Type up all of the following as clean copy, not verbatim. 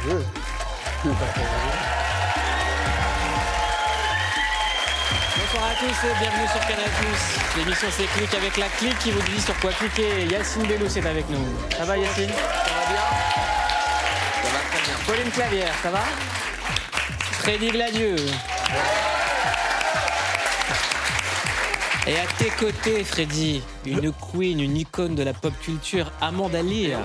Bonsoir à tous et bienvenue sur Canal+. L'émission c'est Clic avec la clique qui vous dit sur quoi cliquer. Yacine Bellous est avec nous. Ça va Yacine? Ça va bien? Ça va très bien. Pauline Clavière, ça va? Freddy Gladieux. Et à tes côtés, Freddy, une queen, une icône de la pop culture, Amanda Lear.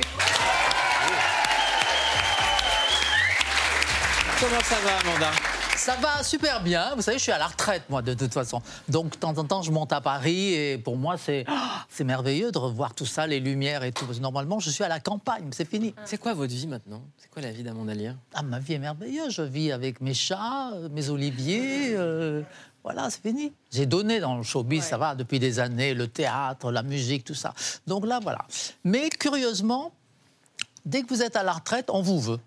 Comment ça va, Amanda? Ça va super bien. Vous savez, je suis à la retraite, moi, de toute façon. Donc, de temps en temps, je monte à Paris et pour moi, c'est merveilleux de revoir tout ça, les lumières et tout. Parce que normalement, je suis à la campagne, c'est fini. C'est quoi votre vie maintenant? C'est quoi la vie d'Amanda Lear? Ah, ma vie est merveilleuse. Je vis avec mes chats, mes oliviers. Voilà, c'est fini. J'ai donné dans le showbiz, ça va, depuis des années, le théâtre, la musique, tout ça. Donc là, voilà. Mais curieusement, dès que vous êtes à la retraite, on vous veut.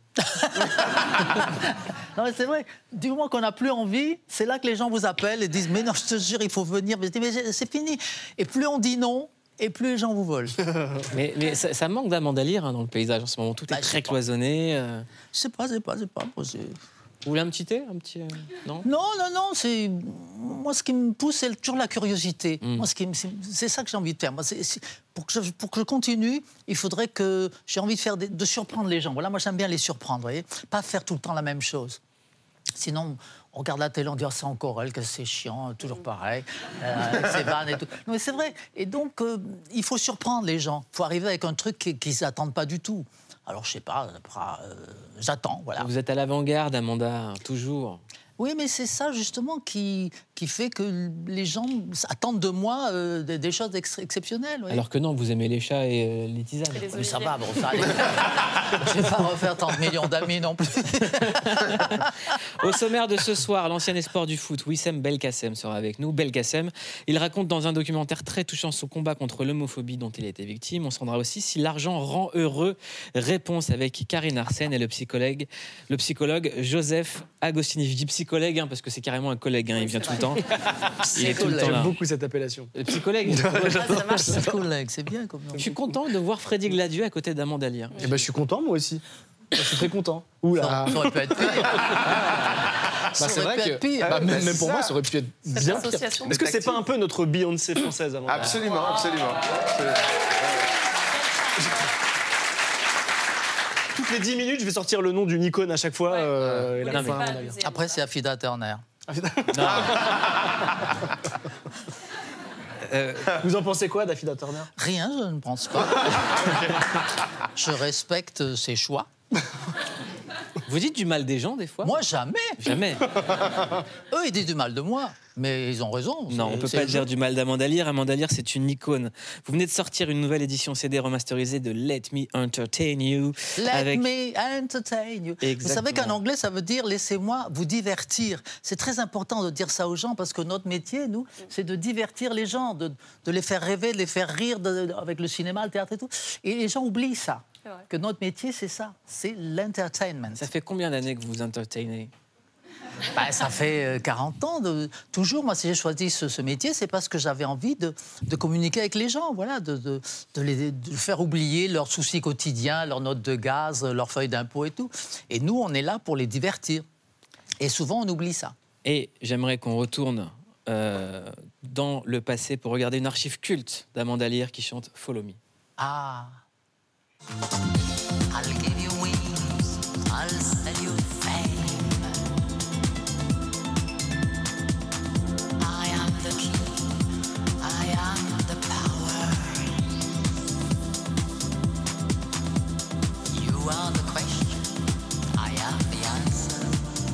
Non mais c'est vrai, du moment qu'on n'a plus envie, c'est là que les gens vous appellent et disent mais non, je te jure, il faut venir. Mais c'est fini. Et plus on dit non, et plus les gens vous volent. Mais ça manque d'Amanda Lear dans le paysage en ce moment. Tout est très cloisonné. Je sais pas. Vous voulez un petit thé, non? Non, c'est... Moi, ce qui me pousse, c'est toujours la curiosité. Moi, c'est ça que j'ai envie de faire. Moi, pour que je continue, il faudrait que... J'ai envie de surprendre les gens. Voilà, moi, j'aime bien les surprendre, vous voyez. Pas faire tout le temps la même chose. Sinon, on regarde la télé, on dit « c'est encore elle, que c'est chiant, toujours pareil, avec ses vannes et tout ». Non, mais c'est vrai. Et donc, il faut surprendre les gens. Il faut arriver avec un truc qu'ils ne s'attendent pas du tout. Alors, je sais pas, j'attends, voilà. Vous êtes à l'avant-garde, Amanda, toujours. Oui, mais c'est ça, justement, qui fait que les gens attendent de moi des choses exceptionnelles. Oui. Alors que non, vous aimez les chats et les tisanes. Mais ça va, bon, ça allait. Je ne vais pas refaire 30 millions d'amis non plus. Au sommaire de ce soir, l'ancien espoir du foot, Wissem Belkacem, sera avec nous. Belkacem, il raconte dans un documentaire très touchant son combat contre l'homophobie dont il a été victime. On se rendra aussi si l'argent rend heureux. Réponse avec Karine Arsène et le psychologue Joseph Agostini. Je dis psychologue parce que c'est carrément un collègue, il vient tout le temps. Il est tout le temps là. J'aime beaucoup cette appellation. Le psychologue. Ça marche, ça. Collègue, c'est bien comme nom. Je suis content de voir Freddy Gladieux à côté d'Amanda Lear. Eh ben, je suis content, moi aussi. Je suis très content. Oula. Ça aurait pu être pire. C'est vrai que même pour moi, ça aurait pu être bien pire. Est-ce que c'est pas un peu notre Beyoncé française, Amanda? Absolument. Toutes les 10 minutes, je vais sortir le nom d'une icône à chaque fois. Et la fin, Après, c'est Affida Turner. Vous en pensez quoi d'Affida Turner? Rien, je ne pense pas. Je respecte ses choix. Vous dites du mal des gens, des fois? Moi, jamais. Jamais. Eux, ils disent du mal de moi. Mais ils ont raison. Non, on peut pas dire du mal d'Amanda Lear. Amanda Lear, c'est une icône. Vous venez de sortir une nouvelle édition CD remasterisée de Let Me Entertain You. Let me entertain you. Exactement. Vous savez qu'en anglais, ça veut dire « laissez-moi vous divertir ». C'est très important de dire ça aux gens parce que notre métier, nous, c'est de divertir les gens, de les faire rêver, de les faire rire avec le cinéma, le théâtre et tout. Et les gens oublient ça. Que notre métier, c'est ça. C'est l'entertainment. Ça fait combien d'années que vous entertainez? Ça fait 40 ans. Toujours, moi, si j'ai choisi ce métier, c'est parce que j'avais envie de communiquer avec les gens, voilà, de faire oublier leurs soucis quotidiens, leurs notes de gaz, leurs feuilles d'impôt et tout. Et nous, on est là pour les divertir. Et souvent, on oublie ça. Et j'aimerais qu'on retourne dans le passé pour regarder une archive culte d'Amanda Lear qui chante « Follow Me ». Ah. I'll give you wings, I'll sell you fame. I am the key, I am the power. You are the question, I am the answer.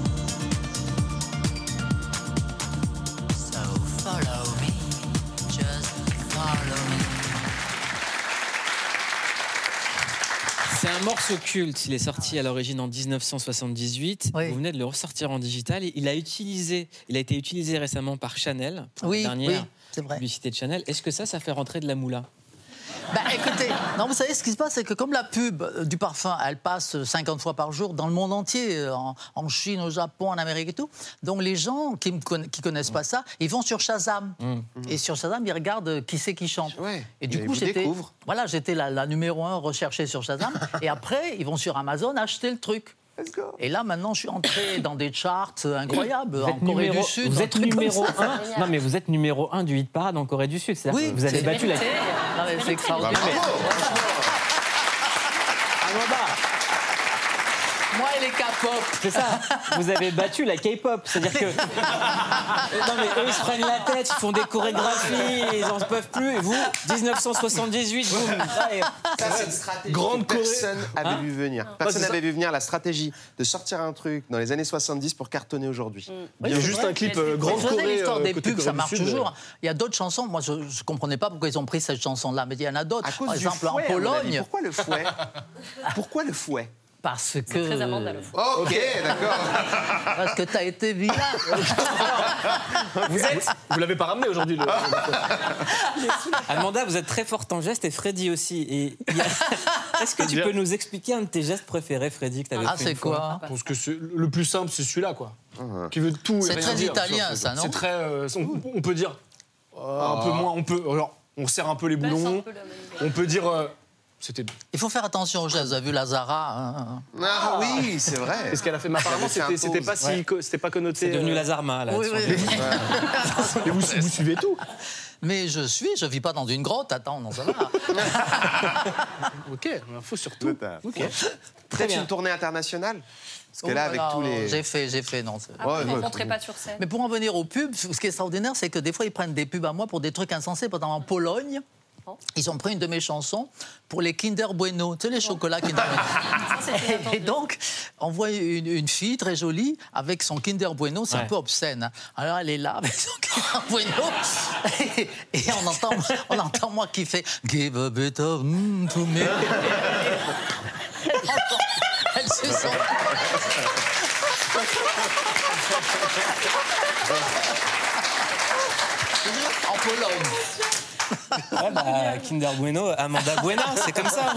So follow me, just follow me. C'est un morceau culte, il est sorti à l'origine en 1978. Oui. Vous venez de le ressortir en digital. Il a été utilisé récemment par Chanel, pour la dernière publicité de Chanel. Est-ce que ça fait rentrer de la moula? Écoutez, non, vous savez, ce qui se passe, c'est que comme la pub du parfum, elle passe 50 fois par jour dans le monde entier, en Chine, au Japon, en Amérique et tout, donc les gens qui connaissent pas ça, ils vont sur Shazam. Et sur Shazam, ils regardent qui c'est qui chante. Ouais. Et du coup, j'étais la numéro 1 recherchée sur Shazam. Et après, ils vont sur Amazon acheter le truc. Et là, maintenant, je suis entré dans des charts incroyables en Corée du Sud. Vous êtes numéro 1. Non, mais vous êtes numéro 1 du hit parade en Corée du Sud. Oui, vous avez battu la. C'est extraordinaire. Amanda, Moi et les K-pop. c'est ça. Vous avez battu la K-pop. C'est-à-dire que. Non, mais eux, ils se prennent la tête, ils font des chorégraphies, ils n'en peuvent plus. Et vous, 1978, boum. Ça, c'est une stratégie Grande que personne n'avait vu venir. Personne c'est n'avait vu venir la stratégie de sortir un truc dans les années 70 pour cartonner aujourd'hui. Il y a juste un clip Grande Corée. Corée. L'histoire des côté pubs, ça Corée du marche Sud. toujours. Il y a d'autres chansons. Moi, je ne comprenais pas pourquoi ils ont pris cette chanson-là, mais il y en a d'autres. À cause Par du exemple, fouet, en à mon avis. Pologne. Pourquoi le fouet? Pourquoi le fouet? Parce que. Très Amanda le fou. Ok, d'accord. Parce que t'as été vilain. Vous l'avez pas ramené aujourd'hui. Amanda, vous êtes très forte en gestes et Freddy aussi. Et est-ce que tu peux nous expliquer un de tes gestes préférés, Freddy, que tu avais fait C'est une fois quoi? Je pense que le plus simple, c'est celui-là, quoi. Qui veut tout et C'est rien très dire. italien, ça, non? C'est très. On peut dire un peu moins. On serre un peu les boulons. On peut dire. C'était. Il faut faire attention aux gestes. Vous avez vu Lazara hein. Ah oui, c'est vrai. Qu'est-ce qu'elle a fait? Apparemment, c'était pas si, c'était pas connoté. C'est devenu Lazarma, là. Oui, oui. Et vous suivez tout. Mais je vis pas dans une grotte. Attends, non, ça va. Ok, info sur tout. Peut-être une tournée internationale. Parce que là, avec tous les. J'ai fait, non. Après, vous ne montrez pas sur scène. Mais pour en venir aux pubs, ce qui est extraordinaire, c'est que des fois, ils prennent des pubs à moi pour des trucs insensés. Par exemple, en Pologne, ils ont pris une de mes chansons pour les Kinder Bueno, tu sais, les chocolats Kinder Bueno. Et donc, on voit une fille très jolie avec son Kinder Bueno, c'est un peu obscène. Hein. Alors, elle est là avec son Kinder Bueno. Et on entend moi qui fait « Give a bit of to me ». Elle se sent... En Pologne. Ouais, bah, Kinder Bueno, Amanda Buena, c'est comme ça.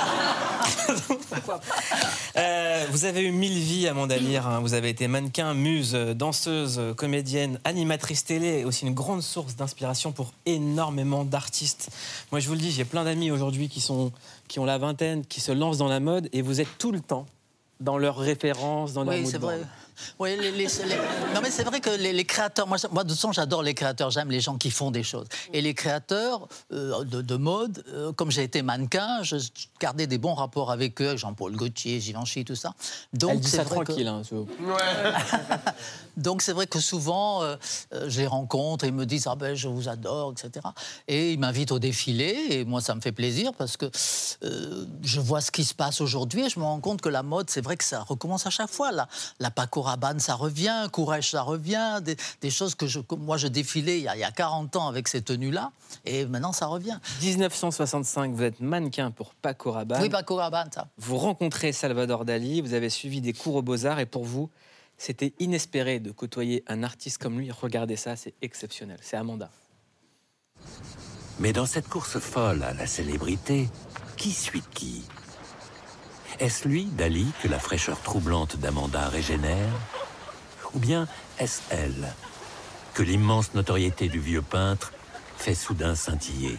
Vous avez eu 1000 vies, Amanda Lear. Hein. Vous avez été mannequin, muse, danseuse, comédienne, animatrice télé, et aussi une grande source d'inspiration pour énormément d'artistes. Moi, je vous le dis, j'ai plein d'amis aujourd'hui qui ont la vingtaine, qui se lancent dans la mode, et vous êtes tout le temps dans leurs références, dans leur mood c'est board. vrai. Oui, non, mais c'est vrai que les créateurs... Moi, de toute façon, j'adore les créateurs. J'aime les gens qui font des choses. Et les créateurs de mode, comme j'ai été mannequin, je gardais des bons rapports avec eux, Jean-Paul Gaultier, Givenchy, tout ça. Donc, elle dit ça vrai tranquille. Donc, c'est vrai que souvent, je les rencontre et ils me disent « Ah ben, je vous adore, etc. » Et ils m'invitent au défilé. Et moi, ça me fait plaisir parce que je vois ce qui se passe aujourd'hui et je me rends compte que la mode, c'est vrai que ça recommence à chaque fois. La Paco Rabanne, ça revient, Courrèges, ça revient, des choses que moi je défilais il y a 40 ans avec ces tenues-là, et maintenant ça revient. 1965, vous êtes mannequin pour Paco Rabanne. Oui, Paco Rabanne, ça. Vous rencontrez Salvador Dali, vous avez suivi des cours aux Beaux-Arts, et pour vous, c'était inespéré de côtoyer un artiste comme lui. Regardez ça, c'est exceptionnel. C'est Amanda. Mais dans cette course folle à la célébrité, qui suit qui? Est-ce lui, Dali, que la fraîcheur troublante d'Amanda régénère? Ou bien est-ce elle, que l'immense notoriété du vieux peintre fait soudain scintiller?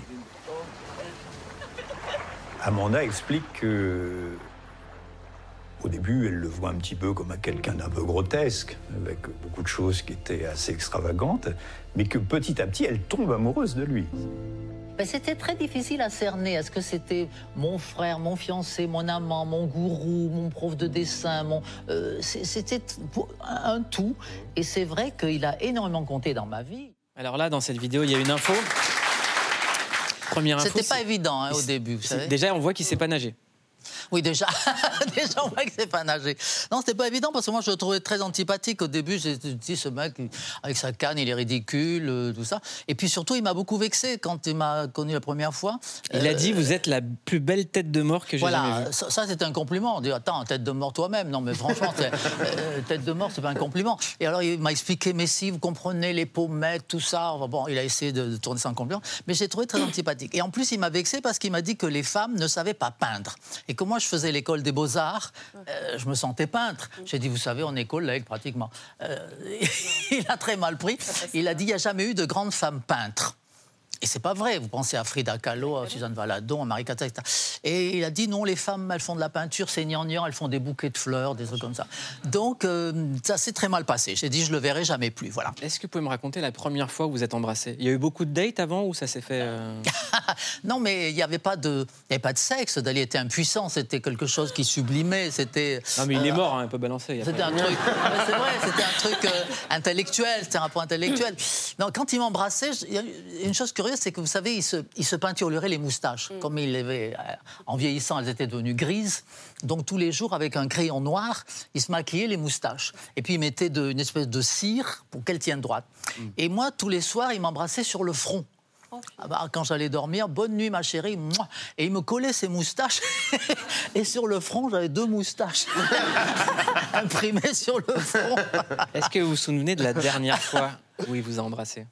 Amanda explique que, au début, elle le voit un petit peu comme quelqu'un d'un peu grotesque, avec beaucoup de choses qui étaient assez extravagantes, mais que petit à petit, elle tombe amoureuse de lui. C'était très difficile à cerner. Est-ce que c'était mon frère, mon fiancé, mon amant, mon gourou, mon prof de dessin c'était un tout. Et c'est vrai qu'il a énormément compté dans ma vie. Alors là, dans cette vidéo, il y a une info. Première info. C'était pas évident au début. Vous savez. Déjà, on voit qu'il ne sait pas nager. Oui, déjà, on voit que c'est pas nager. Non, c'était pas évident parce que moi, je le trouvais très antipathique. Au début, j'ai dit, ce mec, avec sa canne, il est ridicule, tout ça. Et puis surtout, il m'a beaucoup vexé quand il m'a connu la première fois. Il a dit, vous êtes la plus belle tête de mort que j'ai jamais vue. Ça, c'est un compliment. On dit, attends, tête de mort toi-même. Non, mais franchement, tête de mort, c'est pas un compliment. Et alors, il m'a expliqué, mais si, vous comprenez, les pommettes, tout ça. Bon, il a essayé de tourner ça en compliment. Mais j'ai trouvé très antipathique. Et en plus, il m'a vexé parce qu'il m'a dit que les femmes ne savaient pas peindre. Et que moi, je faisais l'école des Beaux-Arts, je me sentais peintre. J'ai dit, vous savez, on est collègues pratiquement. Il a très mal pris. Il a dit, il n'y a jamais eu de grande femme peintre. Et c'est pas vrai, vous pensez à Frida Kahlo, à Suzanne Valadon, à Marie Catherine, etc. Et il a dit non, les femmes, elles font de la peinture, c'est gnangnan, elles font des bouquets de fleurs, des trucs comme ça. Donc ça s'est très mal passé. J'ai dit je le verrai jamais plus, voilà. Est-ce que vous pouvez me raconter la première fois où vous êtes embrassés? Il y a eu beaucoup de dates avant ou ça s'est fait Non, mais il n'y avait pas de sexe. Dali était impuissant, c'était quelque chose qui sublimait, c'était... Non, mais il est mort, hein, un peu balancé. C'était un truc, c'est vrai, c'était un truc intellectuel, c'était un rapport intellectuel. Non, quand il m'embrassait, il y a une chose curieuse, c'est que vous savez, il se peinturerait les moustaches. Comme il avait, en vieillissant, elles étaient devenues grises. Donc tous les jours, avec un crayon noir, il se maquillait les moustaches. Et puis il mettait une espèce de cire pour qu'elle tienne droite. Et moi, tous les soirs, il m'embrassait sur le front. Ah bah, quand j'allais dormir, bonne nuit ma chérie, mouah. Et il me collait ses moustaches et sur le front j'avais 2 moustaches imprimées sur le front. Est-ce que vous vous souvenez de la dernière fois où il vous a embrassé?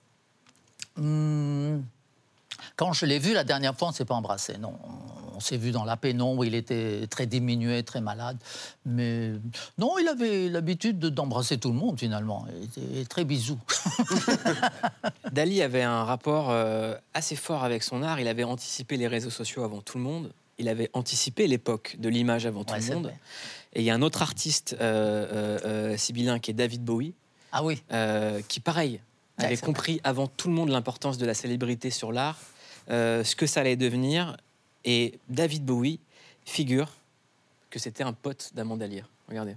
Quand je l'ai vu la dernière fois, on ne s'est pas embrassé, non. On s'est vu dans la pénombre, il était très diminué, très malade. Mais non, il avait l'habitude d'embrasser tout le monde, finalement. Il était très bisou. Dali avait un rapport assez fort avec son art. Il avait anticipé les réseaux sociaux avant tout le monde. Il avait anticipé l'époque de l'image avant tout le monde. Vrai. Et il y a un autre artiste sibyllin qui est David Bowie. Ah oui. Qui, pareil, avait compris avant tout le monde l'importance de la célébrité sur l'art, ce que ça allait devenir. Et David Bowie figure que c'était un pote d'Amanda Lear. Regardez.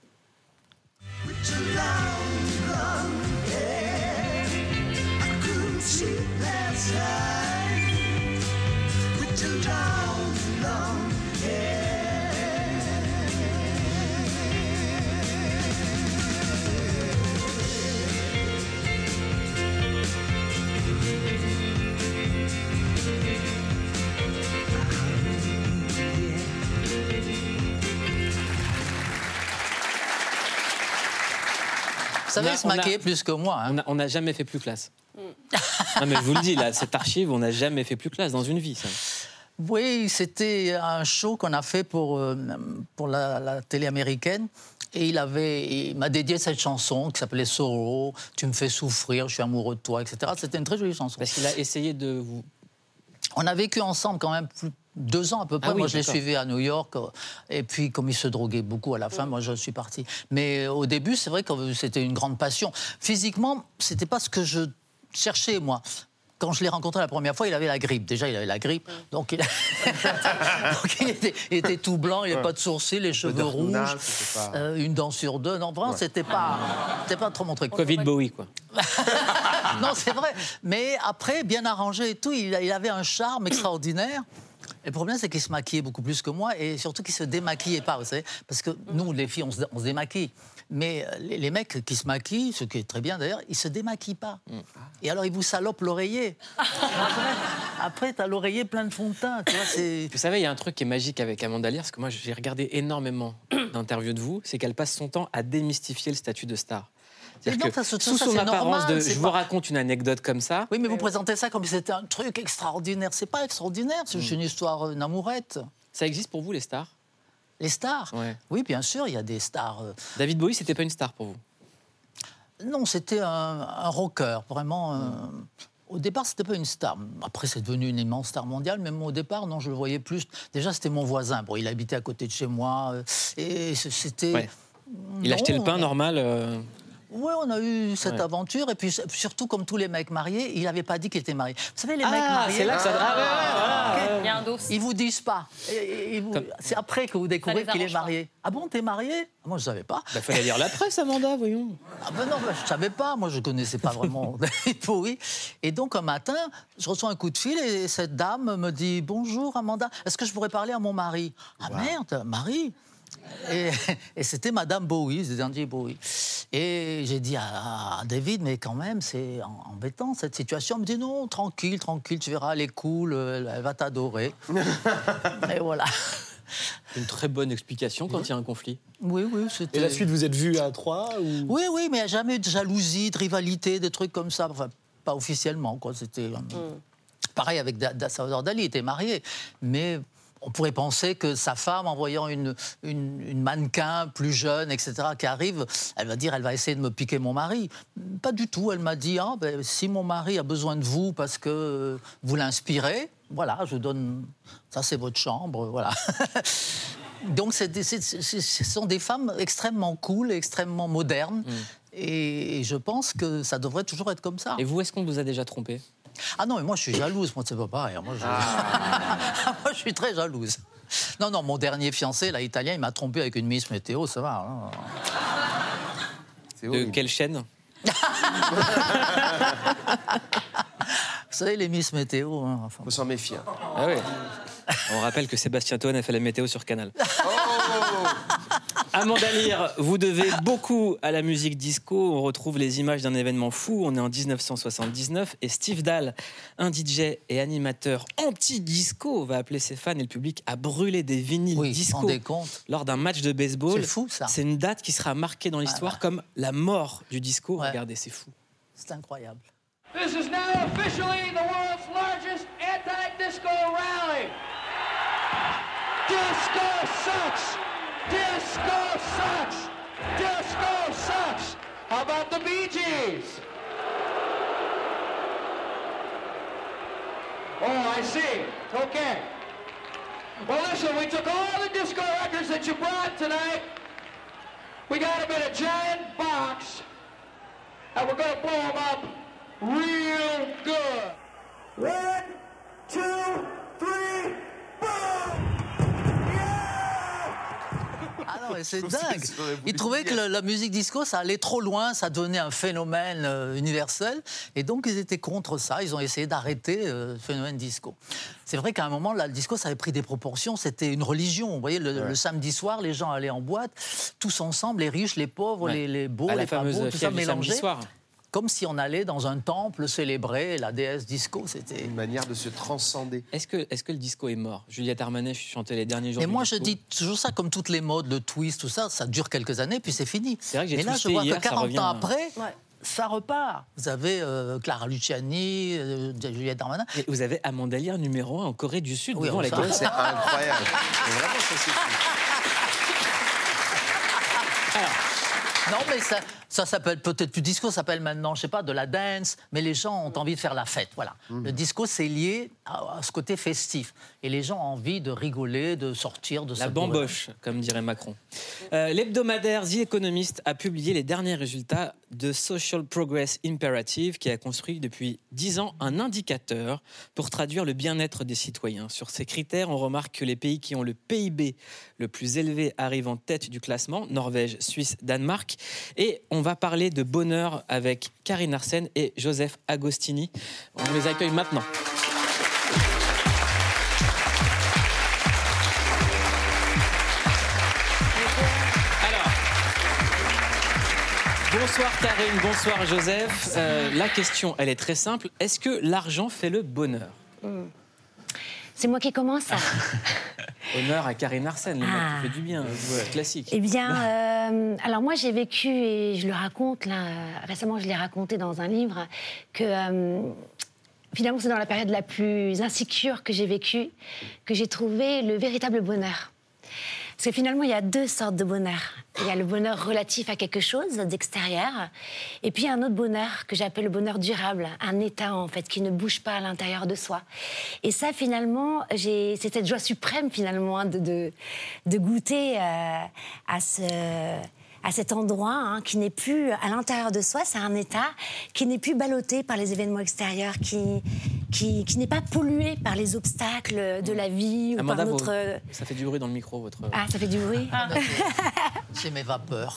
Vous savez, il se maquillait plus que moi. Hein. On n'a jamais fait plus classe. Non, mais je vous le dis, là, cette archive, on n'a jamais fait plus classe dans une vie, ça. Oui, c'était un show qu'on a fait pour la télé américaine. Et il m'a dédié cette chanson qui s'appelait Sorrow, Tu me fais souffrir, je suis amoureux de toi, etc. C'était une très jolie chanson. Parce qu'il a essayé de vous... On a vécu ensemble quand même 2 ans à peu près. Ah oui, moi, je l'ai d'accord. suivi à New York. Et puis, comme il se droguait beaucoup à la fin, moi, je suis parti. Mais au début, c'est vrai que c'était une grande passion. Physiquement, c'était pas ce que je cherchais, moi. Quand je l'ai rencontré la première fois, il avait la grippe. Déjà, il avait la grippe. Donc, il était tout blanc, il n'avait pas de sourcils, les cheveux rouges, une dent sur 2. Non, vraiment, c'était pas trop mon truc. Covid Bowie, quoi. Non, c'est vrai. Mais après, bien arrangé et tout, il avait un charme extraordinaire. Et le problème, c'est qu'il se maquillait beaucoup plus que moi et surtout qu'il se démaquillait pas, vous savez. Parce que nous, les filles, on se démaquille. Mais les mecs qui se maquillent, ce qui est très bien d'ailleurs, ils se démaquillent pas. Et alors, ils vous salopent l'oreiller. Après, t'as l'oreiller plein de fond de teint. Tu vois, vous savez, il y a un truc qui est magique avec Amanda Lear, parce que moi, j'ai regardé énormément d'interviews de vous, c'est qu'elle passe son temps à démystifier le statut de star. C'est-à-dire que sous son apparence de je vous raconte une anecdote comme ça... Oui, mais vous présentez ça comme si c'était un truc extraordinaire. C'est pas extraordinaire, c'est juste une histoire, une amourette. Ça existe pour vous, les stars? Les stars? Ouais. Oui, bien sûr, il y a des stars. David Bowie, c'était pas une star pour vous? Non, c'était un rocker, vraiment. Au départ, c'était pas une star. Après, c'est devenu une immense star mondiale, mais moi, au départ, non, je le voyais plus. Déjà, c'était mon voisin. Bon, il habitait à côté de chez moi. Et c'était... Ouais. Il achetait le pain normal Oui, on a eu cette aventure. Et puis, surtout, comme tous les mecs mariés, il n'avait pas dit qu'il était marié. Vous savez, les mecs mariés... c'est là que ça... voilà. Il y a un dos. Ils vous disent pas. C'est après que vous découvrez qu'il est marié. Ah bon, t'es marié? Moi, je savais pas. Il fallait lire la presse, Amanda, voyons. Ah ben non, je savais pas. Moi, je connaissais pas vraiment David Bowie. Et donc, un matin, je reçois un coup de fil et cette dame me dit « Bonjour, Amanda, est-ce que je pourrais parler à mon mari ?» Ah merde, mari? Et c'était Madame Bowie, c'était Angie Bowie. Et j'ai dit à David, mais quand même, c'est embêtant cette situation. Il me dit non, tranquille, tu verras, elle est cool, elle va t'adorer. Et voilà. Une très bonne explication quand il y a un conflit. Oui, c'était... Et la suite, vous êtes vus à 3 ou... Oui, mais il n'y a jamais eu de jalousie, de rivalité, des trucs comme ça. Enfin, pas officiellement, quoi. C'était... Pareil avec Salvador Dali, il était marié. Mais... on pourrait penser que sa femme, en voyant une mannequin plus jeune, etc., qui arrive, elle va dire, elle va essayer de me piquer mon mari. Pas du tout. Elle m'a dit, si mon mari a besoin de vous parce que vous l'inspirez, voilà, je vous donne... Ça, c'est votre chambre, voilà. Donc, ce sont des femmes extrêmement cool, extrêmement modernes. Et je pense que ça devrait toujours être comme ça. Et vous, est-ce qu'on vous a déjà trompé ? Ah non, mais moi, je suis jalouse. Moi, c'est pas pareil. Moi, je suis très jalouse. Non, mon dernier fiancé, là, italien, il m'a trompé avec une Miss Météo, ça va. Hein. De quelle chaîne ? Vous savez, les Miss Météo... Hein, faut s'en méfier. Ah oui. On rappelle que Sébastien Toen a fait la météo sur Canal. Amanda Lear, vous devez beaucoup à la musique disco. On retrouve les images d'un événement fou. On est en 1979 et Steve Dahl, un DJ et animateur anti-disco, va appeler ses fans et le public à brûler des vinyles disco lors d'un match de baseball. C'est fou, ça. C'est une date qui sera marquée dans l'histoire comme la mort du disco. Regardez, c'est fou. C'est incroyable. This is now officially the world's largest anti-disco rally. Disco sucks! Disco sucks! Disco sucks! How about the Bee Gees? Oh, I see. Okay. Well, listen, we took all the disco records that you brought tonight. We got them in a giant box, and we're going to blow them up real good. 1, 2, 3, boom! Ah non, mais c'est dingue. Ils trouvaient que la musique disco, ça allait trop loin, ça devenait un phénomène universel. Et donc, ils étaient contre ça. Ils ont essayé d'arrêter le phénomène disco. C'est vrai qu'à un moment, là, le disco, ça avait pris des proportions. C'était une religion. Vous voyez, le samedi soir, les gens allaient en boîte, tous ensemble, les riches, les pauvres, les beaux, les pas beaux, tout ça mélangé. Comme si on allait dans un temple célébrer la déesse disco. C'était une manière de se transcender. Est-ce que le disco est mort ? Juliette Armanet chantait les derniers jours. Et moi, je dis toujours ça, comme toutes les modes, le twist, tout ça, ça dure quelques années, puis c'est fini. C'est vrai que j'ai là, je vois hier, que 40 ans après, ça repart. Vous avez Clara Luciani, Juliette Armanet. Et vous avez Amanda Lear numéro 1 en Corée du Sud devant la Corée. C'est incroyable. Vraiment, ça, c'est non, mais ça s'appelle peut-être plus disco, ça s'appelle maintenant, je sais pas, de la dance, mais les gens ont envie de faire la fête, voilà. Le disco, c'est lié à ce côté festif. Et les gens ont envie de rigoler, de sortir, de se... La bamboche, comme dirait Macron. L'hebdomadaire The Economist a publié les derniers résultats de Social Progress Imperative, qui a construit depuis 10 ans un indicateur pour traduire le bien-être des citoyens. Sur ces critères, on remarque que les pays qui ont le PIB le plus élevé arrivent en tête du classement, Norvège, Suisse, Danemark. Et on va parler de bonheur avec Karine Arsène et Joseph Agostini. On les accueille maintenant. Bonsoir Karine, bonsoir Joseph. La question, elle est très simple. Est-ce que l'argent fait le bonheur ? C'est moi qui commence. Honneur à Karine Arsène, le mec qui fait du bien, classique. Eh bien, alors moi j'ai vécu, et je le raconte, là, récemment je l'ai raconté dans un livre, que finalement c'est dans la période la plus insécure que j'ai vécue, que j'ai trouvé le véritable bonheur. Parce que finalement, il y a deux sortes de bonheur. Il y a le bonheur relatif à quelque chose d'extérieur, et puis un autre bonheur que j'appelle le bonheur durable, un état en fait qui ne bouge pas à l'intérieur de soi. Et ça, finalement, c'est cette joie suprême finalement hein, de goûter à cet endroit qui n'est plus à l'intérieur de soi. C'est un état qui n'est plus ballotté par les événements extérieurs, qui n'est pas pollué par les obstacles de la vie. Amanda, ou par notre... ça fait du bruit dans le micro, votre... Ah, ça fait du bruit J'ai mes vapeurs.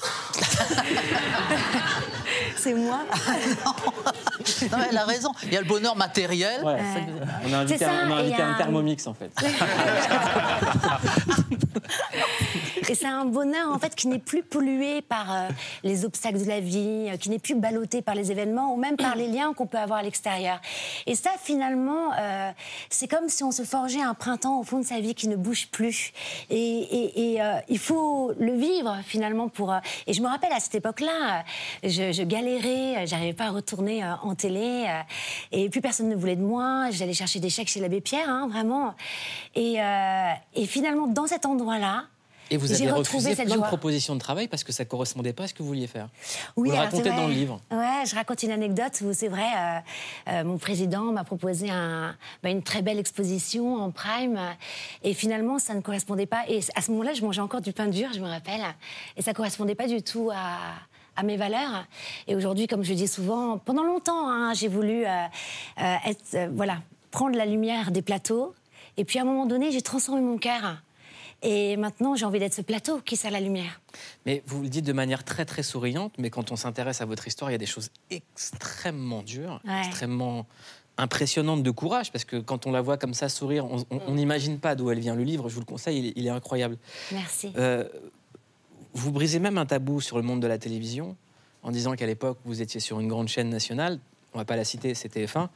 C'est moi Non, elle a raison. Il y a le bonheur matériel. Ouais. On a invité un Thermomix, en fait. Et c'est un bonheur, en fait, qui n'est plus pollué par les obstacles de la vie, qui n'est plus ballotté par les événements ou même par les liens qu'on peut avoir à l'extérieur. Et ça, finalement, c'est comme si on se forgeait un printemps au fond de sa vie qui ne bouge plus. Et il faut le vivre, finalement, pour... Et je me rappelle, à cette époque-là, je galérais, j'arrivais pas à retourner en télé, et plus personne ne voulait de moi. J'allais chercher des chèques chez l'abbé Pierre, hein, vraiment. Et finalement, dans cet endroit-là, et vous avez refusé plein de joie. Propositions de travail parce que ça ne correspondait pas à ce que vous vouliez faire. Oui, vous le racontez dans le livre. Ouais, je raconte une anecdote où c'est vrai, mon président m'a proposé une très belle exposition en prime et finalement ça ne correspondait pas. Et à ce moment-là, je mangeais encore du pain dur, je me rappelle, et ça ne correspondait pas du tout à mes valeurs. Et aujourd'hui, comme je dis souvent, pendant longtemps, hein, j'ai voulu prendre la lumière des plateaux. Et puis à un moment donné, j'ai transformé mon cœur. Et maintenant, j'ai envie d'être ce plateau qui sert la lumière. Mais vous le dites de manière très, très souriante, mais quand on s'intéresse à votre histoire, il y a des choses extrêmement dures, extrêmement impressionnantes de courage, parce que quand on la voit comme ça sourire, on n'imagine pas d'où elle vient. Le livre, je vous le conseille, il est incroyable. Merci. Vous brisez même un tabou sur le monde de la télévision, en disant qu'à l'époque, vous étiez sur une grande chaîne nationale. On ne va pas la citer, c'est TF1.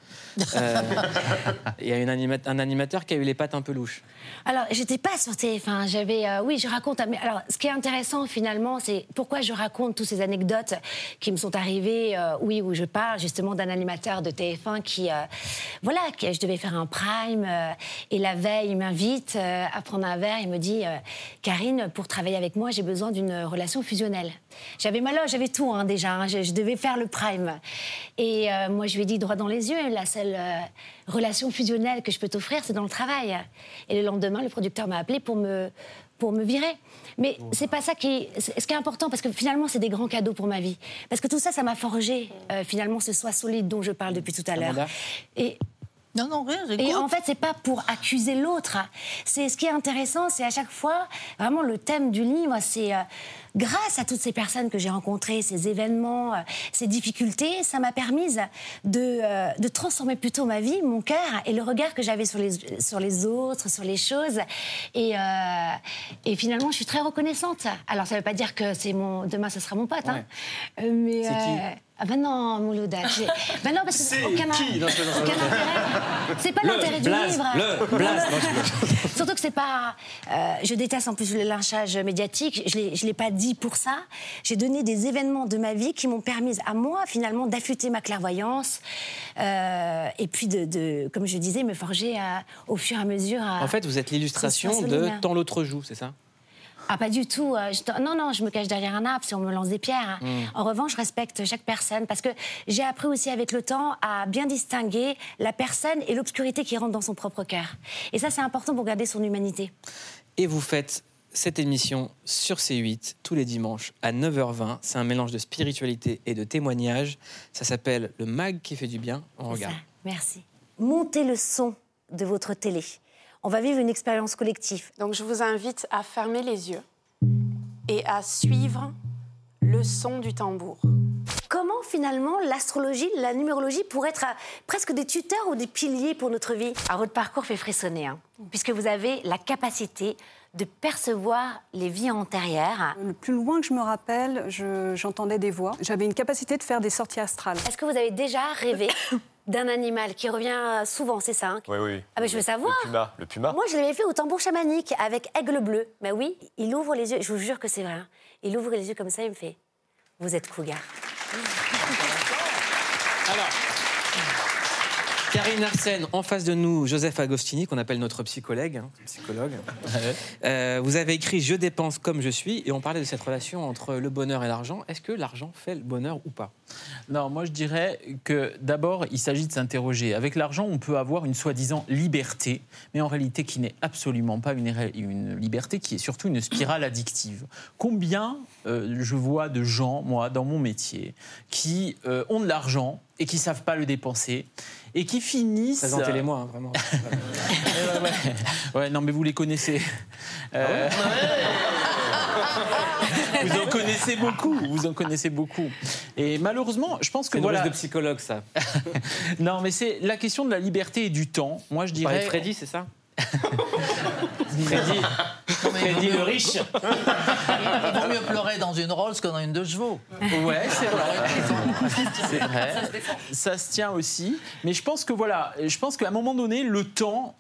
Il y a un animateur qui a eu les pattes un peu louches. Alors, j'étais pas sur TF1. Oui, je raconte. Mais alors, ce qui est intéressant finalement, c'est pourquoi je raconte toutes ces anecdotes qui me sont arrivées. Où je parle justement d'un animateur de TF1 qui je devais faire un prime et la veille, il m'invite à prendre un verre. Il me dit, Karine, pour travailler avec moi, j'ai besoin d'une relation fusionnelle. J'avais ma loge, j'avais tout déjà. Hein, je devais faire le prime. Et moi, je lui ai dit droit dans les yeux, la seule relation fusionnelle que je peux t'offrir, c'est dans le travail. Et le lendemain, le producteur m'a appelé pour me virer. Mais c'est pas ça ce qui est important, parce que finalement, c'est des grands cadeaux pour ma vie. Parce que tout ça, ça m'a forgé, finalement, ce soi solide dont je parle depuis tout à l'heure. Non, rien, j'écoute. Et en fait, c'est pas pour accuser l'autre. C'est ce qui est intéressant, c'est à chaque fois, vraiment le thème du livre, c'est grâce à toutes ces personnes que j'ai rencontrées, ces événements, ces difficultés, ça m'a permis de transformer plutôt ma vie, mon cœur et le regard que j'avais sur les autres, sur les choses. Et finalement, je suis très reconnaissante. Alors, ça veut pas dire que demain, ce sera mon pote. Ouais. Hein. Mais c'est qui ah ben non, Moulouda. Ben non, parce que c'est aucun intérêt. C'est pas l'intérêt du livre. Surtout que c'est pas... je déteste en plus le lynchage médiatique. Je l'ai pas dit pour ça. J'ai donné des événements de ma vie qui m'ont permis à moi, finalement, d'affûter ma clairvoyance et puis comme je disais, me forger au fur et à mesure. En fait, vous êtes l'illustration de « Tant l'autre joue », c'est ça ? Ah, pas du tout. Non, je me cache derrière un arbre si on me lance des pierres. En revanche, je respecte chaque personne parce que j'ai appris aussi avec le temps à bien distinguer la personne et l'obscurité qui rentre dans son propre cœur. Et ça, c'est important pour garder son humanité. Et vous faites cette émission sur C8 tous les dimanches à 9h20. C'est un mélange de spiritualité et de témoignages. Ça s'appelle Le Mag qui fait du bien. On regarde. Ça. Merci. Montez le son de votre télé. On va vivre une expérience collective. Donc je vous invite à fermer les yeux et à suivre le son du tambour. Comment finalement l'astrologie, la numérologie pourrait être presque des tuteurs ou des piliers pour notre vie ? Alors votre parcours fait frissonner, hein, puisque vous avez la capacité de percevoir les vies antérieures. Le plus loin que je me rappelle, j'entendais des voix. J'avais une capacité de faire des sorties astrales. Est-ce que vous avez déjà rêvé d'un animal qui revient souvent, c'est ça, hein ? Oui. Ah ben je veux savoir. Le puma. Moi, je l'avais fait au tambour chamanique avec Aigle Bleu. Ben oui, il ouvre les yeux, je vous jure que c'est vrai. Hein. Il ouvre les yeux comme ça, il me fait « Vous êtes cougar ». Alors, Karine Arsène, en face de nous, Joseph Agostini, qu'on appelle notre psychologue. Vous avez écrit « Je dépense comme je suis » et on parlait de cette relation entre le bonheur et l'argent. Est-ce que l'argent fait le bonheur ou pas ? Non, moi je dirais que d'abord, il s'agit de s'interroger. Avec l'argent, on peut avoir une soi-disant liberté, mais en réalité qui n'est absolument pas une liberté, qui est surtout une spirale addictive. Combien je vois de gens, moi, dans mon métier, qui ont de l'argent et qui ne savent pas le dépenser et qui finissent... Présentez-les-moi, hein, vraiment. Ouais, non, mais vous les connaissez. Vous en connaissez beaucoup. Et malheureusement, je pense que c'est une ruse de psychologue, ça. Non, mais c'est la question de la liberté et du temps. Moi, je dirais... Freddy, c'est ça? Freddy le riche. Il vaut mieux pleurer dans une Rolls que dans une 2 chevaux. Ouais, c'est vrai. C'est vrai. Ça se tient aussi. Mais je pense qu'à un moment donné, le temps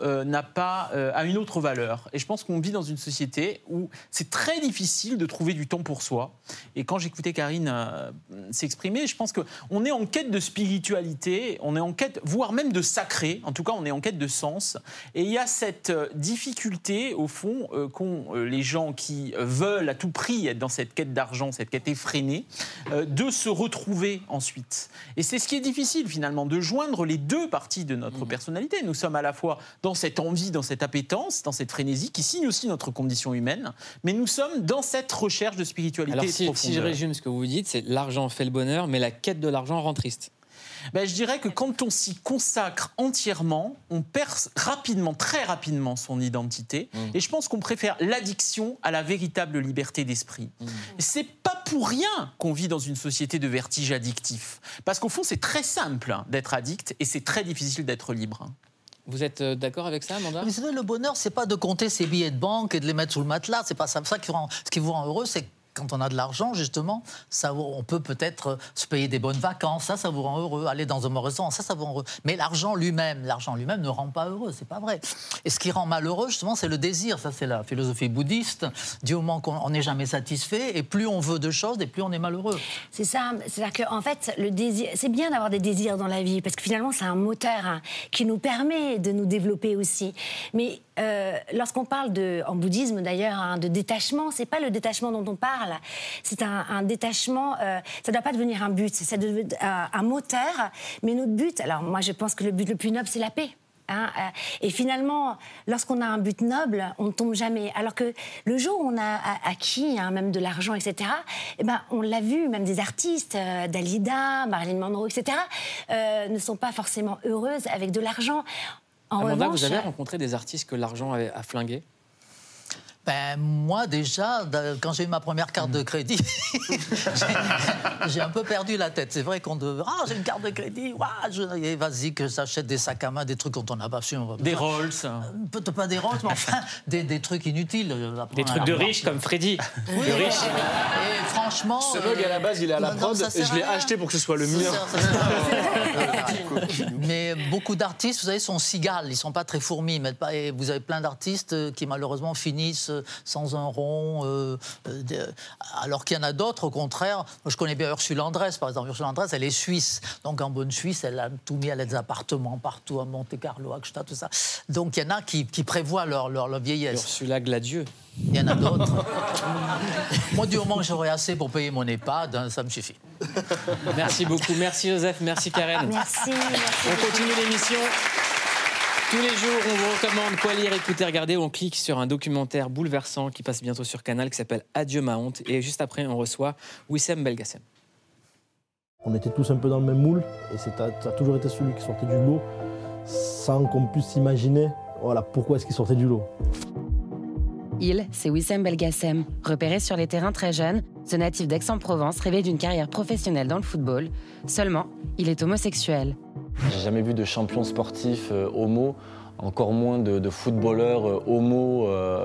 a une autre valeur. Et je pense qu'on vit dans une société où c'est très difficile de trouver du temps pour soi. Et quand j'écoutais Karine s'exprimer, je pense qu'on est en quête de spiritualité, on est en quête, voire même de sacré. En tout cas, on est en quête de sens. Et il y a cette difficulté, au fond, qu'ont les gens qui veulent à tout prix être dans cette quête d'argent, cette quête effrénée, de se retrouver ensuite. Et c'est ce qui est difficile, finalement, de joindre les deux parties de notre personnalité. Nous sommes à la fois dans cette envie, dans cette appétence, dans cette frénésie qui signe aussi notre condition humaine, mais nous sommes dans cette recherche de spiritualité. Alors, si je résume ce que vous dites, c'est l'argent fait le bonheur, mais la quête de l'argent rend triste. Je dirais que quand on s'y consacre entièrement, on perd rapidement, très rapidement son identité. Et je pense qu'on préfère l'addiction à la véritable liberté d'esprit. C'est pas pour rien qu'on vit dans une société de vertige addictif. Parce qu'au fond, c'est très simple d'être addict et c'est très difficile d'être libre. Vous êtes d'accord avec ça, Amanda ? Mais vous savez, le bonheur, c'est pas de compter ses billets de banque et de les mettre sous le matelas. C'est pas ça ce qui vous rend heureux, c'est quand on a de l'argent, justement, on peut peut-être se payer des bonnes vacances, ça vous rend heureux. Aller dans un restaurant, ça vous rend heureux. Mais l'argent lui-même ne rend pas heureux, c'est pas vrai. Et ce qui rend malheureux, justement, c'est le désir. Ça, c'est la philosophie bouddhiste. Du moment qu'on n'est jamais satisfait, et plus on veut de choses, et plus on est malheureux. C'est ça. C'est-à-dire qu'en fait, le désir, c'est bien d'avoir des désirs dans la vie, parce que finalement, c'est un moteur qui nous permet de nous développer aussi. Mais lorsqu'on parle en bouddhisme d'ailleurs, de détachement, c'est pas le détachement dont on parle. C'est un détachement, ça ne doit pas devenir un but, ça doit devenir un moteur. Mais notre but, alors moi je pense que le but le plus noble, c'est la paix. Et finalement, lorsqu'on a un but noble, on ne tombe jamais. Alors que le jour où on a acquis même de l'argent, etc., on l'a vu, même des artistes, Dalida, Marilyn Monroe, etc., ne sont pas forcément heureuses avec de l'argent. Amanda, vous avez rencontré des artistes que l'argent a flingués ? Moi, déjà, quand j'ai eu ma première carte de crédit, j'ai un peu perdu la tête. C'est vrai qu'on devait... j'ai une carte de crédit, vas-y, que j'achète des sacs à main, des trucs dont on n'a pas su. Des Rolls. Peut-être pas des Rolls, mais enfin, des trucs inutiles. Des trucs de riches, comme Freddy. Oui, de riches. Et franchement... Ce mug, à la base, il est à la prod, et je l'ai acheté pour que ce soit le mien. Mais beaucoup d'artistes, vous savez, sont cigales. Ils ne sont pas très fourmis. Et vous avez plein d'artistes qui, malheureusement, finissent sans un rond, alors qu'il y en a d'autres, au contraire. Moi, je connais bien Ursule Andress, par exemple. Ursule Andress, elle est suisse. Donc, en bonne Suisse, elle a tout mis, elle a des appartements partout, à Monte-Carlo, à Gstaad, tout ça. Donc, il y en a qui prévoient leur vieillesse. Ursula Gladieux. Il y en a d'autres. Moi, du moment que j'aurai assez pour payer mon EHPAD, ça me suffit. Merci beaucoup. Merci, Joseph. Merci, Karen. Merci. On continue l'émission. Tous les jours, on vous recommande quoi lire, écouter, regarder. On clique sur un documentaire bouleversant qui passe bientôt sur Canal, qui s'appelle Adieu ma honte. Et juste après, on reçoit Wissem Belkacem. On était tous un peu dans le même moule, et ça a toujours été celui qui sortait du lot, sans qu'on puisse s'imaginer pourquoi est-ce qu'il sortait du lot. C'est Wissem Belkacem. Repéré sur les terrains très jeune, ce natif d'Aix-en-Provence rêvait d'une carrière professionnelle dans le football. Seulement, il est homosexuel. J'ai jamais vu de champion sportif homo, encore moins de footballeur homo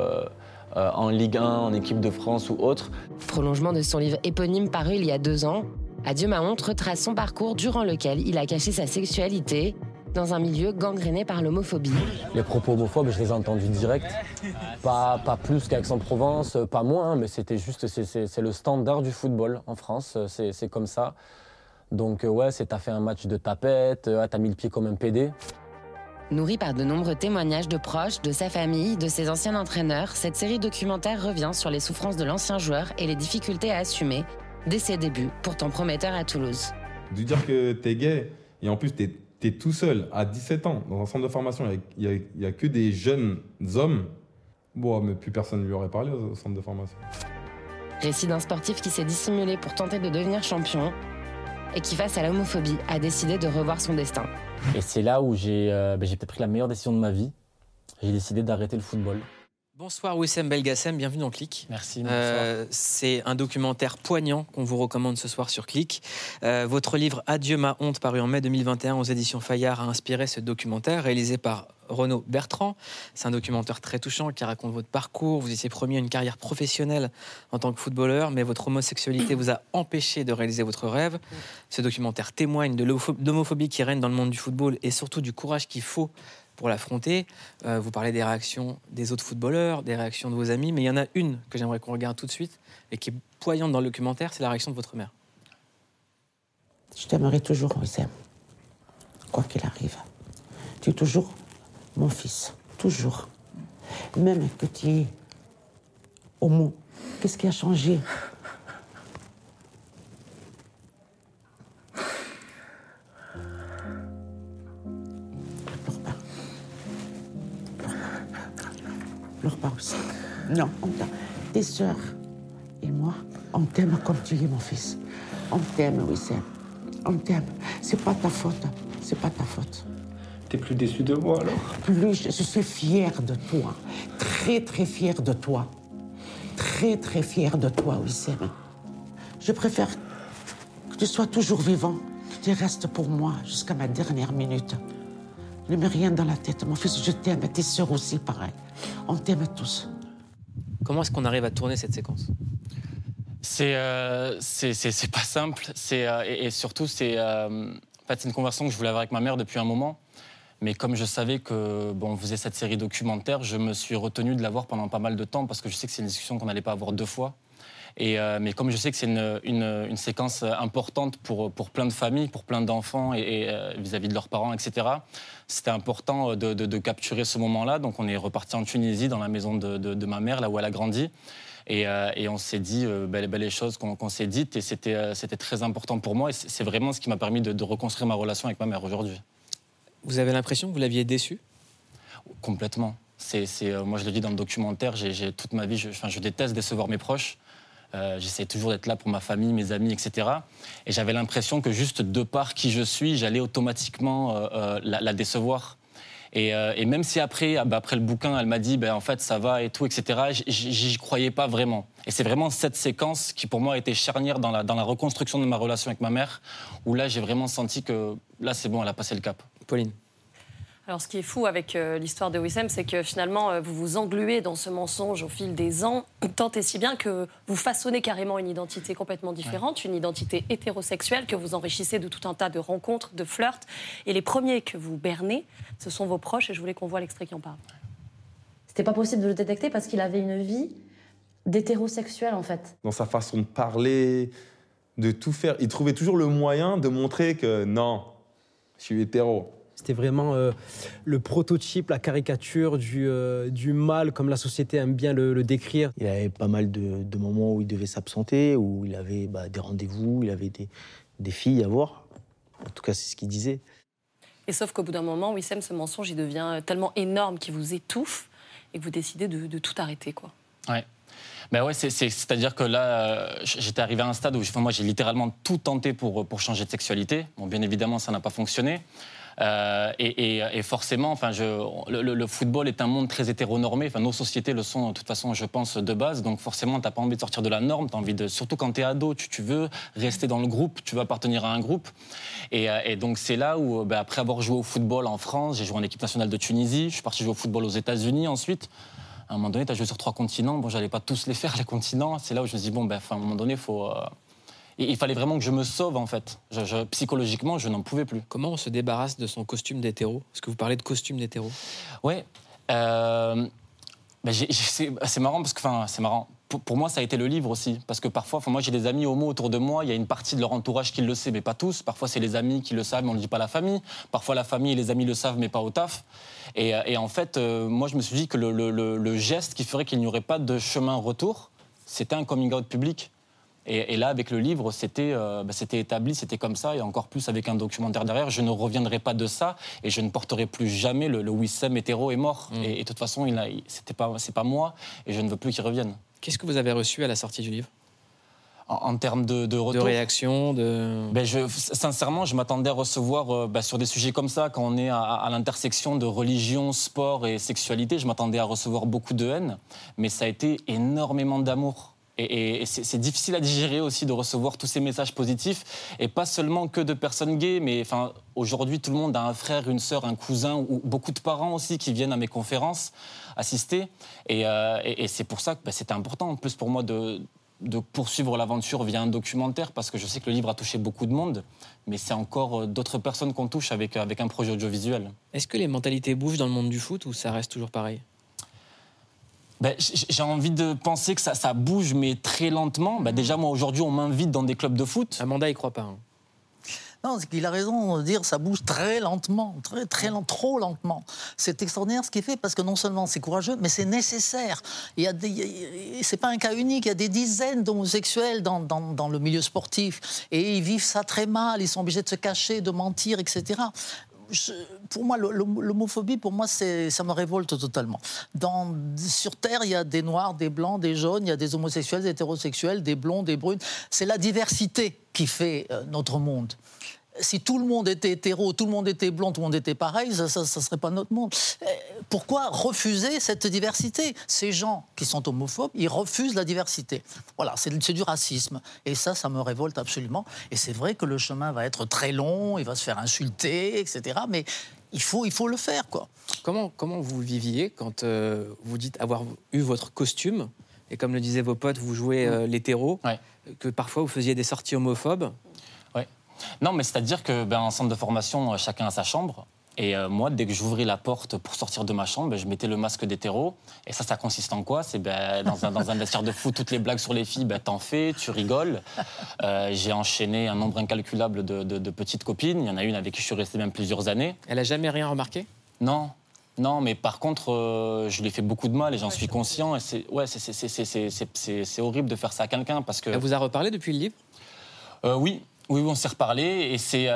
en Ligue 1, en équipe de France ou autre. Prolongement de son livre éponyme paru il y a 2 ans, Adieu ma honte retrace son parcours durant lequel il a caché sa sexualité dans un milieu gangréné par l'homophobie. Les propos homophobes, je les ai entendus direct. Pas plus qu'Aix-en-Provence, pas moins, mais c'était juste, c'est le standard du football en France, c'est comme ça. Donc t'as fait un match de tapette, t'as mis le pied comme un PD. Nourrie par de nombreux témoignages de proches, de sa famille, de ses anciens entraîneurs, cette série documentaire revient sur les souffrances de l'ancien joueur et les difficultés à assumer dès ses débuts, pourtant prometteurs à Toulouse. De dire que t'es gay, et en plus t'es tout seul, à 17 ans, dans un centre de formation, il y a que des jeunes hommes, mais plus personne ne lui aurait parlé au centre de formation. Récit d'un sportif qui s'est dissimulé pour tenter de devenir champion, et qui, face à l'homophobie, a décidé de revoir son destin. Et c'est là où j'ai peut-être pris la meilleure décision de ma vie. J'ai décidé d'arrêter le football. Bonsoir Wissem Belgassem, bienvenue dans Click. Merci. Bonsoir. C'est un documentaire poignant qu'on vous recommande ce soir sur Click. Votre livre Adieu ma honte, paru en mai 2021 aux éditions Fayard, a inspiré ce documentaire réalisé par Renaud Bertrand. C'est un documentaire très touchant qui raconte votre parcours. Vous étiez promis à une carrière professionnelle en tant que footballeur, mais votre homosexualité vous a empêché de réaliser votre rêve. Ce documentaire témoigne de l'homophobie qui règne dans le monde du football et surtout du courage qu'il faut pour l'affronter. Vous parlez des réactions des autres footballeurs, des réactions de vos amis, mais il y en a une que j'aimerais qu'on regarde tout de suite et qui est poignante dans le documentaire, c'est la réaction de votre mère. Je t'aimerai toujours, Wissem, quoi qu'il arrive. Tu es toujours mon fils, toujours. Même que tu es homo, qu'est-ce qui a changé? Pleure pas aussi. Non, tes sœurs et moi, on t'aime comme tu es, mon fils. On t'aime, Wissem. On t'aime. C'est pas ta faute. C'est pas ta faute. T'es plus déçu de moi, alors? Plus, je suis fière de toi. Très, très fière de toi. Très, très fière de toi, Wissem. Je préfère que tu sois toujours vivant, que tu restes pour moi jusqu'à ma dernière minute. Ne mets rien dans la tête, mon fils, je t'aime, tes sœurs aussi, pareil. On t'aime tous. Comment est-ce qu'on arrive à tourner cette séquence? C'est pas simple. Et surtout, c'est une conversation que je voulais avoir avec ma mère depuis un moment. Mais comme je savais qu'on faisait cette série documentaire, je me suis retenu de l'avoir pendant pas mal de temps parce que je sais que c'est une discussion qu'on n'allait pas avoir 2 fois. Mais comme je sais que c'est une séquence importante pour plein de familles, pour plein d'enfants et vis-à-vis de leurs parents, etc., c'était important de capturer ce moment-là. Donc on est reparti en Tunisie, dans la maison de ma mère, là où elle a grandi. Et on s'est dit les choses qu'on s'est dites. Et c'était très important pour moi. Et c'est vraiment ce qui m'a permis de reconstruire ma relation avec ma mère aujourd'hui. Vous avez l'impression que vous l'aviez déçue? Complètement. Moi, je l'ai dit dans le documentaire, toute ma vie, je déteste décevoir mes proches. J'essaie toujours d'être là pour ma famille, mes amis, etc. Et j'avais l'impression que juste de par qui je suis, j'allais automatiquement la décevoir. Et même si après le bouquin, elle m'a dit en fait ça va et tout, etc., j'y croyais pas vraiment. Et c'est vraiment cette séquence qui pour moi a été charnière dans la reconstruction de ma relation avec ma mère, où là j'ai vraiment senti que là c'est bon, elle a passé le cap. Pauline. Alors, ce qui est fou avec l'histoire de Wissem, c'est que finalement, vous vous engluez dans ce mensonge au fil des ans, tant et si bien que vous façonnez carrément une identité complètement différente, une identité hétérosexuelle que vous enrichissez de tout un tas de rencontres, de flirts. Et les premiers que vous bernez, ce sont vos proches, et je voulais qu'on voit l'extrait qui en parle. C'était pas possible de le détecter parce qu'il avait une vie d'hétérosexuel, en fait. Dans sa façon de parler, de tout faire, il trouvait toujours le moyen de montrer que non, je suis hétéro. C'était vraiment le prototype, la caricature du mal, comme la société aime bien le décrire. Il avait pas mal de moments où il devait s'absenter, où il avait des rendez-vous, il avait des filles à voir. En tout cas, c'est ce qu'il disait. Et sauf qu'au bout d'un moment, Wissem, ce mensonge, il devient tellement énorme qu'il vous étouffe et que vous décidez de tout arrêter, quoi. Ouais. C'est-à-dire que là, j'étais arrivé à un stade où moi, j'ai littéralement tout tenté pour changer de sexualité. Bon, bien évidemment, ça n'a pas fonctionné. Et forcément, le football est un monde très hétéronormé. Nos sociétés le sont de toute façon, je pense, de base. Donc forcément, t'as pas envie de sortir de la norme. T'as envie surtout quand t'es ado, tu veux rester dans le groupe, tu veux appartenir à un groupe. Et donc c'est là où, après avoir joué au football en France, j'ai joué en équipe nationale de Tunisie. Je suis parti jouer au football aux États-Unis ensuite. À un moment donné, t'as joué sur 3 continents. Bon, j'allais pas tous les faire les continents. C'est là où je me suis dit à un moment donné, il fallait vraiment que je me sauve, en fait. Psychologiquement, je n'en pouvais plus. Comment on se débarrasse de son costume d'hétéro? Est-ce que vous parlez de costume d'hétéro? Ouais. C'est marrant parce que, c'est marrant. Pour moi, ça a été le livre aussi. Parce que parfois, moi, j'ai des amis homo autour de moi. Il y a une partie de leur entourage qui le sait, mais pas tous. Parfois, c'est les amis qui le savent, mais on ne le dit pas à la famille. Parfois, la famille et les amis le savent, mais pas au taf. Et en fait, moi, je me suis dit que le geste qui ferait qu'il n'y aurait pas de chemin retour, c'était un coming out public. Et là, avec le livre, c'était établi, c'était comme ça, et encore plus avec un documentaire derrière. Je ne reviendrai pas de ça, et je ne porterai plus jamais le Wissem hétéro est mort. Et de toute façon, c'est pas moi, et je ne veux plus qu'il revienne. Qu'est-ce que vous avez reçu à la sortie du livre? En termes de retour. De réaction, sincèrement, je m'attendais à recevoir, sur des sujets comme ça, quand on est à l'intersection de religion, sport et sexualité, je m'attendais à recevoir beaucoup de haine, mais ça a été énormément d'amour. Et c'est difficile à digérer aussi de recevoir tous ces messages positifs, et pas seulement que de personnes gays, mais aujourd'hui tout le monde a un frère, une sœur, un cousin, ou beaucoup de parents aussi qui viennent à mes conférences assister, et c'est pour ça que c'était important en plus pour moi de poursuivre l'aventure via un documentaire, parce que je sais que le livre a touché beaucoup de monde, mais c'est encore d'autres personnes qu'on touche avec un projet audiovisuel. Est-ce que les mentalités bougent dans le monde du foot ou ça reste toujours pareil ? J'ai envie de penser que ça bouge, mais très lentement. Déjà, moi, aujourd'hui, on m'invite dans des clubs de foot. Amanda, il croit pas. Hein. Non, il a raison de dire que ça bouge très lentement, trop lentement. C'est extraordinaire ce qu'il fait, parce que non seulement c'est courageux, mais c'est nécessaire. C'est pas un cas unique, il y a des dizaines d'homosexuels dans le milieu sportif, et ils vivent ça très mal, ils sont obligés de se cacher, de mentir, etc. Pour moi, l'homophobie, pour moi, ça me révolte totalement. Sur Terre, il y a des noirs, des blancs, des jaunes, il y a des homosexuels, des hétérosexuels, des blonds, des brunes. C'est la diversité qui fait notre monde. Si tout le monde était hétéro, tout le monde était blond, tout le monde était pareil, ça ne serait pas notre monde. Pourquoi refuser cette diversité ? Ces gens qui sont homophobes, ils refusent la diversité. Voilà, c'est du racisme. Et ça me révolte absolument. Et c'est vrai que le chemin va être très long, il va se faire insulter, etc. Mais il faut le faire, quoi. Comment vous viviez quand vous dites avoir eu votre costume, et comme le disaient vos potes, vous jouez l'hétéro, que parfois vous faisiez des sorties homophobes ? Non, mais c'est-à-dire qu'en centre de formation, chacun a sa chambre. Et moi, dès que j'ouvrais la porte pour sortir de ma chambre, je mettais le masque d'hétéro. Et ça consiste en quoi ? C'est dans un vestiaire de foot, toutes les blagues sur les filles, t'en fais, tu rigoles. J'ai enchaîné un nombre incalculable de petites copines. Il y en a une avec qui je suis resté même plusieurs années. Elle a jamais rien remarqué ? Non, mais par contre, je lui ai fait beaucoup de mal et j'en suis conscient. Et c'est horrible de faire ça à quelqu'un parce que... Elle vous a reparlé depuis le livre ? Oui, on s'est reparlé et c'est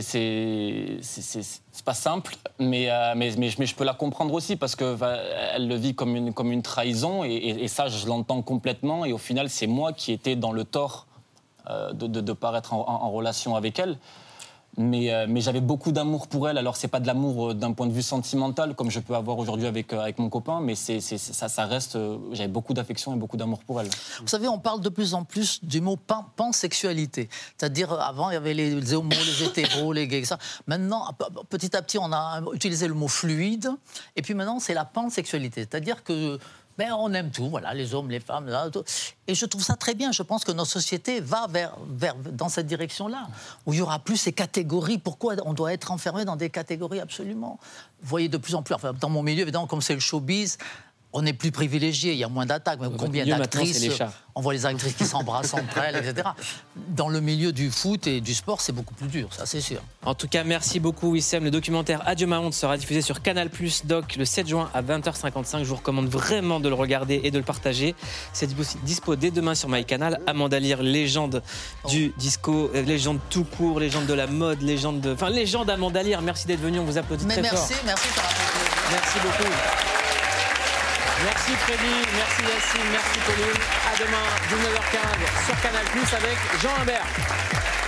pas simple, mais je peux la comprendre aussi parce que elle le vit comme une trahison et ça je l'entends complètement et au final c'est moi qui étais dans le tort de paraître en relation avec elle. Mais j'avais beaucoup d'amour pour elle. Alors c'est pas de l'amour d'un point de vue sentimental comme je peux avoir aujourd'hui avec mon copain, mais ça reste. J'avais beaucoup d'affection et beaucoup d'amour pour elle. Vous savez, on parle de plus en plus du mot pansexualité. C'est-à-dire avant il y avait les homos, les hétéros, les gays, etc. Maintenant, petit à petit, on a utilisé le mot fluide. Et puis maintenant, c'est la pansexualité. C'est-à-dire que on aime tout, voilà, les hommes, les femmes, tout. Et je trouve ça très bien. Je pense que notre société va dans cette direction-là, où il y aura plus ces catégories. Pourquoi on doit être enfermé dans des catégories absolument ? Vous voyez de plus en plus, dans mon milieu, évidemment, comme c'est le showbiz, on est plus privilégié, il y a moins d'attaques. Mais combien d'actrices, on voit les actrices qui s'embrassent entre elles, etc. Dans le milieu du foot et du sport, c'est beaucoup plus dur, ça c'est sûr. En tout cas, merci beaucoup Wissem. Le documentaire Adieu ma honte sera diffusé sur Canal+ Doc le 7 juin à 20h55. Je vous recommande vraiment de le regarder et de le partager. C'est dispo dès demain sur MyCanal. Amanda Lear, légende du disco, légende tout court, légende de la mode, légende Amanda Lear. Merci d'être venu, on vous applaudit très fort. Merci, ça m'a fait plaisir. Merci beaucoup. Merci Freddy, merci Yacine, merci Pauline. À demain, 19h15 sur Canal+ avec Jean Imbert.